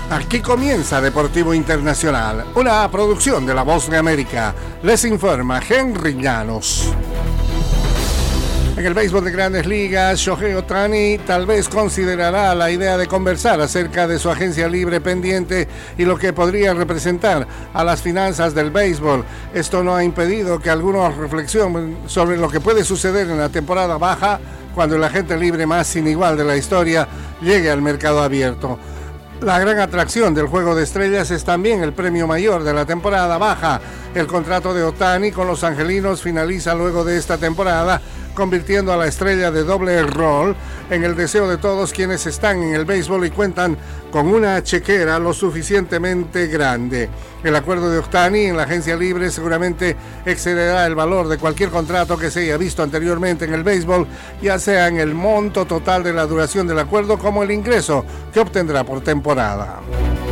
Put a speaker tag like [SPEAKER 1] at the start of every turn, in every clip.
[SPEAKER 1] Aquí comienza Deportivo Internacional, una producción de La Voz de América. Les informa Henry Llanos. En el béisbol de Grandes Ligas, Shohei Ohtani tal vez considerará la idea de conversar acerca de su agencia libre pendiente y lo que podría representar a las finanzas del béisbol. Esto no ha impedido que algunos reflexionen sobre lo que puede suceder en la temporada baja cuando el agente libre más sin igual de la historia llegue al mercado abierto. La gran atracción del Juego de Estrellas es también el premio mayor de la temporada baja. El contrato de Ohtani con los angelinos finaliza luego de esta temporada, convirtiendo a la estrella de doble rol en el deseo de todos quienes están en el béisbol y cuentan con una chequera lo suficientemente grande. El acuerdo de Ohtani en la agencia libre seguramente excederá el valor de cualquier contrato que se haya visto anteriormente en el béisbol, ya sea en el monto total de la duración del acuerdo como el ingreso que obtendrá por temporada.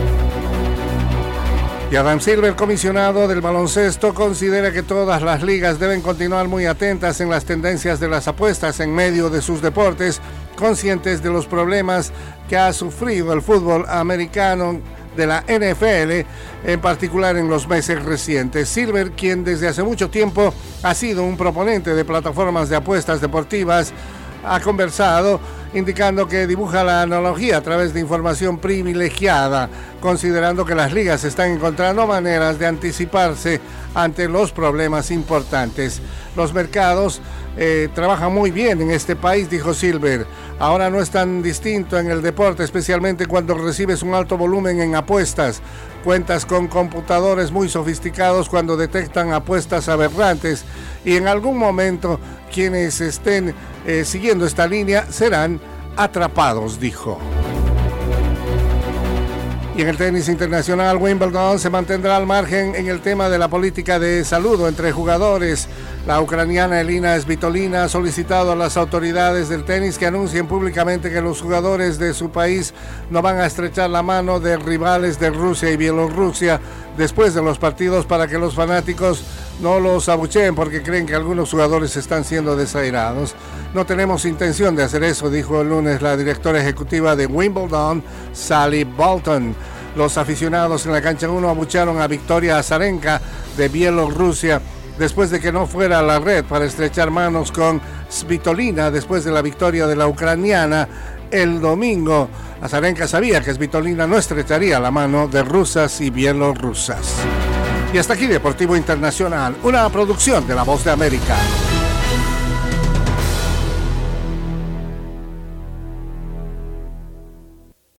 [SPEAKER 1] Y Adam Silver, comisionado del baloncesto, considera que todas las ligas deben continuar muy atentas en las tendencias de las apuestas en medio de sus deportes, conscientes de los problemas que ha sufrido el fútbol americano de la NFL, en particular en los meses recientes. Silver, quien desde hace mucho tiempo ha sido un proponente de plataformas de apuestas deportivas, ha conversado indicando que dibuja la analogía a través de información privilegiada, considerando que las ligas están encontrando maneras de anticiparse ante los problemas importantes. Los mercados trabajan muy bien en este país, dijo Silver. Ahora no es tan distinto en el deporte, especialmente cuando recibes un alto volumen en apuestas. Cuentas con computadores muy sofisticados cuando detectan apuestas aberrantes y en algún momento quienes estén siguiendo esta línea serán atrapados, dijo. Y en el tenis internacional, Wimbledon se mantendrá al margen en el tema de la política de saludo entre jugadores. La ucraniana Elina Svitolina ha solicitado a las autoridades del tenis que anuncien públicamente que los jugadores de su país no van a estrechar la mano de rivales de Rusia y Bielorrusia después de los partidos para que los fanáticos no los abucheen porque creen que algunos jugadores están siendo desairados. No tenemos intención de hacer eso, dijo el lunes la directora ejecutiva de Wimbledon, Sally Bolton. Los aficionados en la cancha 1 abucharon a Victoria Azarenka de Bielorrusia después de que no fuera a la red para estrechar manos con Svitolina después de la victoria de la ucraniana el domingo. Azarenka sabía que Svitolina no estrecharía la mano de rusas y bielorrusas. Y hasta aquí Deportivo Internacional, una producción de La Voz de América.